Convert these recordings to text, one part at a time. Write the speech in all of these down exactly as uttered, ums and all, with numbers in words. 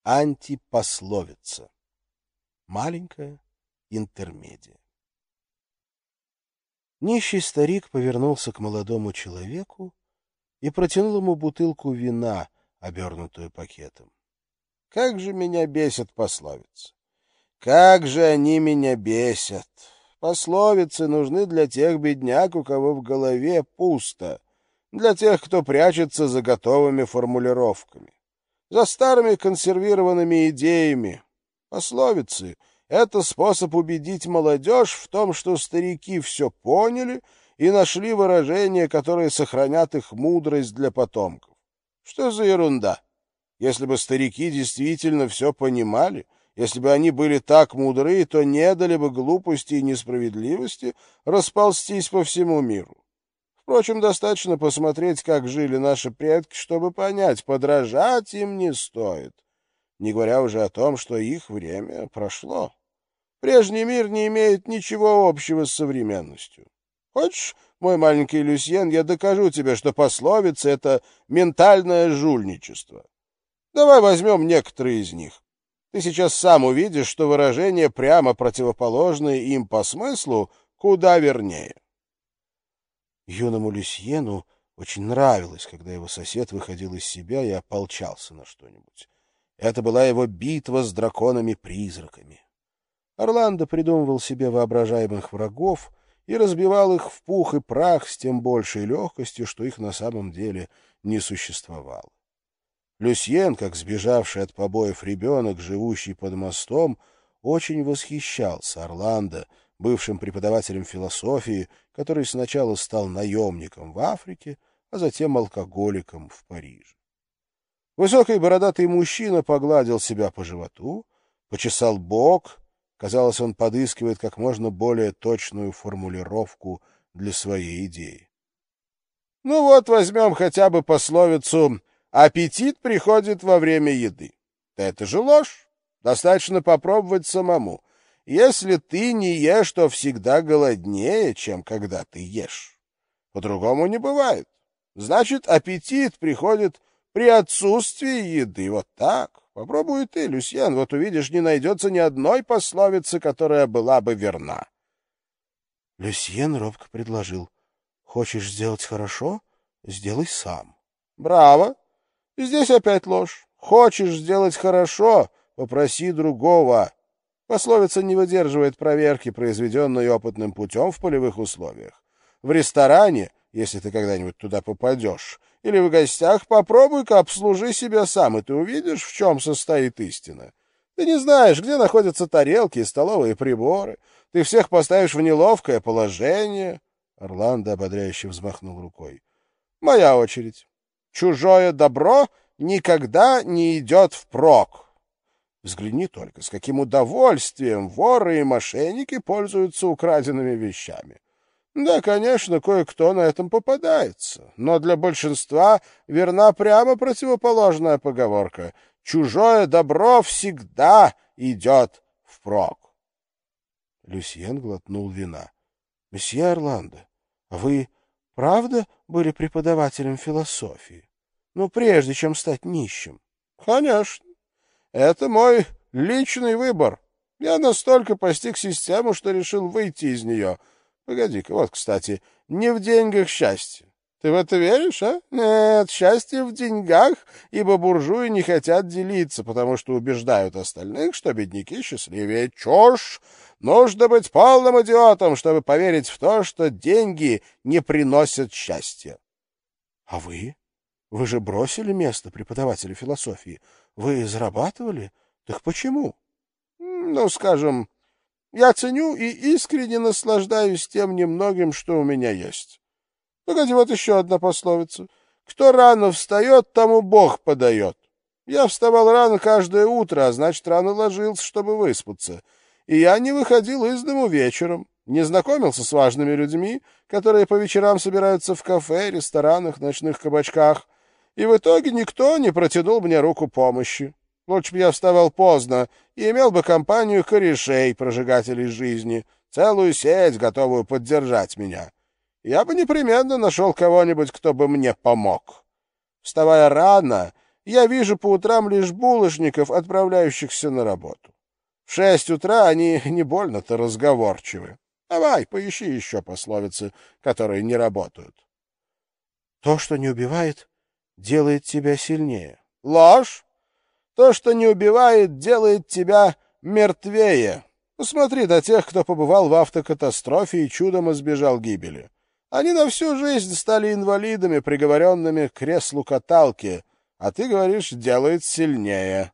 антипословица. Маленькая интермедия. Нищий старик повернулся к молодому человеку и протянул ему бутылку вина, обернутую пакетом. — Как же меня бесят пословицы! Как же они меня бесят! Пословицы нужны для тех бедняк, у кого в голове пусто, для тех, кто прячется за готовыми формулировками, за старыми консервированными идеями. Пословицы — это способ убедить молодежь в том, что старики все поняли и нашли выражения, которые сохранят их мудрость для потомков. Что за ерунда? Если бы старики действительно все понимали, если бы они были так мудры, то не дали бы глупости и несправедливости расползтись по всему миру. Впрочем, достаточно посмотреть, как жили наши предки, чтобы понять, подражать им не стоит, не говоря уже о том, что их время прошло. Прежний мир не имеет ничего общего с современностью. Хочешь, мой маленький Люсьен, я докажу тебе, что пословицы — это ментальное жульничество. Давай возьмем некоторые из них. Ты сейчас сам увидишь, что выражения, прямо противоположные им по смыслу, куда вернее. Юному Люсьену очень нравилось, когда его сосед выходил из себя и ополчался на что-нибудь. Это была его битва с драконами-призраками. Орландо придумывал себе воображаемых врагов и разбивал их в пух и прах с тем большей легкостью, что их на самом деле не существовало. Люсьен, как сбежавший от побоев ребенок, живущий под мостом, очень восхищался Орландо, бывшим преподавателем философии, который сначала стал наемником в Африке, а затем алкоголиком в Париже. Высокий бородатый мужчина погладил себя по животу, почесал бок. Казалось, он подыскивает как можно более точную формулировку для своей идеи. Ну вот, возьмем хотя бы пословицу «аппетит приходит во время еды». Это же ложь. Достаточно попробовать самому. Если ты не ешь, то всегда голоднее, чем когда ты ешь. По-другому не бывает. Значит, аппетит приходит при отсутствии еды. Вот так. Попробуй ты, Люсьен, вот увидишь, не найдется ни одной пословицы, которая была бы верна. Люсьен робко предложил: — Хочешь сделать хорошо? Сделай сам. — Браво! Здесь опять ложь. Хочешь сделать хорошо? Попроси другого. Пословица не выдерживает проверки, произведенной опытным путем в полевых условиях. В ресторане, если ты когда-нибудь туда попадешь, или в гостях, попробуй-ка обслужи себя сам, и ты увидишь, в чем состоит истина. Ты не знаешь, где находятся тарелки и столовые приборы. Ты всех поставишь в неловкое положение. Орландо ободряюще взмахнул рукой. Моя очередь. Чужое добро никогда не идет впрок. Взгляни только, с каким удовольствием воры и мошенники пользуются украденными вещами. Да, конечно, кое-кто на этом попадается, но для большинства верна прямо противоположная поговорка: чужое добро всегда идет впрок. Люсьен глотнул вина. — Месье Орландо, а вы правда были преподавателем философии? Ну, прежде чем стать нищим? — Конечно. Это мой личный выбор. Я настолько постиг систему, что решил выйти из нее. Погоди-ка, вот, кстати, не в деньгах счастье. Ты в это веришь, а? Нет, счастье в деньгах, ибо буржуи не хотят делиться, потому что убеждают остальных, что бедняки счастливее. Чушь! Нужно быть полным идиотом, чтобы поверить в то, что деньги не приносят счастья. А вы? Вы же бросили место преподавателя философии. Вы зарабатывали? Так почему? Ну, скажем, я ценю и искренне наслаждаюсь тем немногим, что у меня есть. Погоди, вот еще одна пословица. Кто рано встает, тому Бог подает. Я вставал рано каждое утро, а значит, рано ложился, чтобы выспаться. И я не выходил из дому вечером, не знакомился с важными людьми, которые по вечерам собираются в кафе, ресторанах, ночных кабачках. И в итоге никто не протянул мне руку помощи. Лучше бы я вставал поздно и имел бы компанию корешей, прожигателей жизни, целую сеть, готовую поддержать меня. Я бы непременно нашел кого-нибудь, кто бы мне помог. Вставая рано, я вижу по утрам лишь булочников, отправляющихся на работу. В шесть утра они не больно-то разговорчивы. Давай, поищи еще пословицы, которые не работают. То, что не убивает, делает тебя сильнее. Ложь! То, что не убивает, делает тебя мертвее. Посмотри на тех, кто побывал в автокатастрофе и чудом избежал гибели. Они на всю жизнь стали инвалидами, приговоренными к креслу каталки, а ты говоришь, делает сильнее.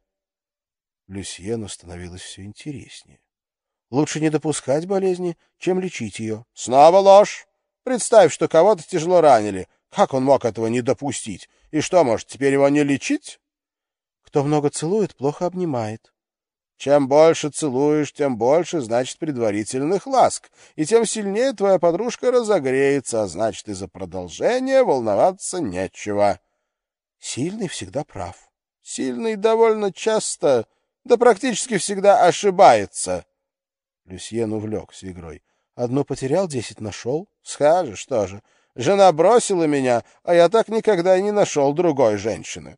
Люсьену становилось все интереснее. Лучше не допускать болезни, чем лечить ее. Снова ложь! Представь, что кого-то тяжело ранили. Как он мог этого не допустить? И что, может, теперь его не лечить? Кто много целует, плохо обнимает. Чем больше целуешь, тем больше, значит, предварительных ласк, и тем сильнее твоя подружка разогреется, а значит, из-за продолжения волноваться нечего. Сильный всегда прав. Сильный довольно часто, да практически всегда ошибается. Люсьен увлекся игрой. Одну потерял, десять нашел. Скажешь тоже. Жена бросила меня, а я так никогда и не нашел другой женщины.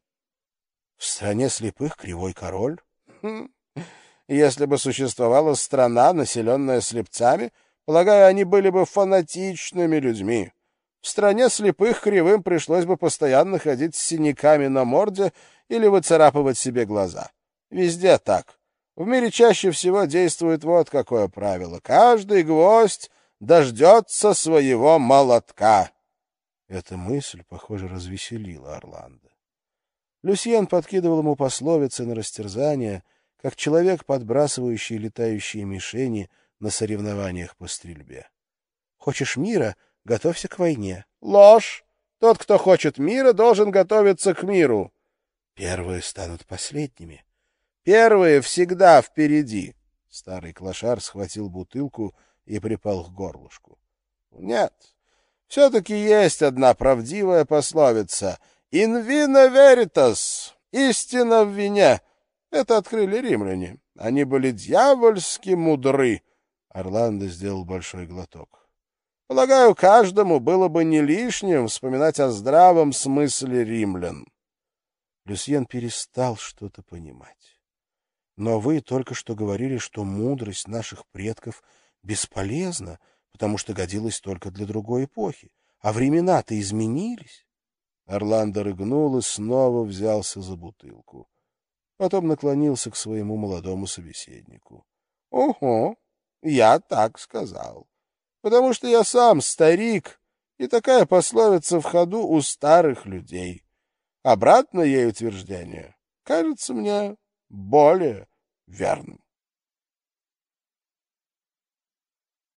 В стране слепых кривой король? Хм. Если бы существовала страна, населенная слепцами, полагаю, они были бы фанатичными людьми. В стране слепых кривым пришлось бы постоянно ходить с синяками на морде или выцарапывать себе глаза. Везде так. В мире чаще всего действует вот какое правило. Каждый гвоздь дождется своего молотка. Эта мысль, похоже, развеселила Орландо. Люсьен подкидывал ему пословицы на растерзание, как человек, подбрасывающий летающие мишени на соревнованиях по стрельбе. Хочешь мира — готовься к войне. Ложь! Тот, кто хочет мира, должен готовиться к миру. Первые станут последними. Первые всегда впереди. Старый клошар схватил бутылку и припал к горлышку. Нет, все-таки есть одна правдивая пословица. «In vino veritas» — «истина в вине». Это открыли римляне. Они были дьявольски мудры. Орландо сделал большой глоток. Полагаю, каждому было бы не лишним вспоминать о здравом смысле римлян. Люсьен перестал что-то понимать. Но вы только что говорили, что мудрость наших предков бесполезна, потому что годилась только для другой эпохи. А времена-то изменились. Орландо рыгнул и снова взялся за бутылку. Потом наклонился к своему молодому собеседнику. — Ого, я так сказал. Потому что я сам старик, и такая пословица в ходу у старых людей. Обратно ей утверждение кажется мне более верным.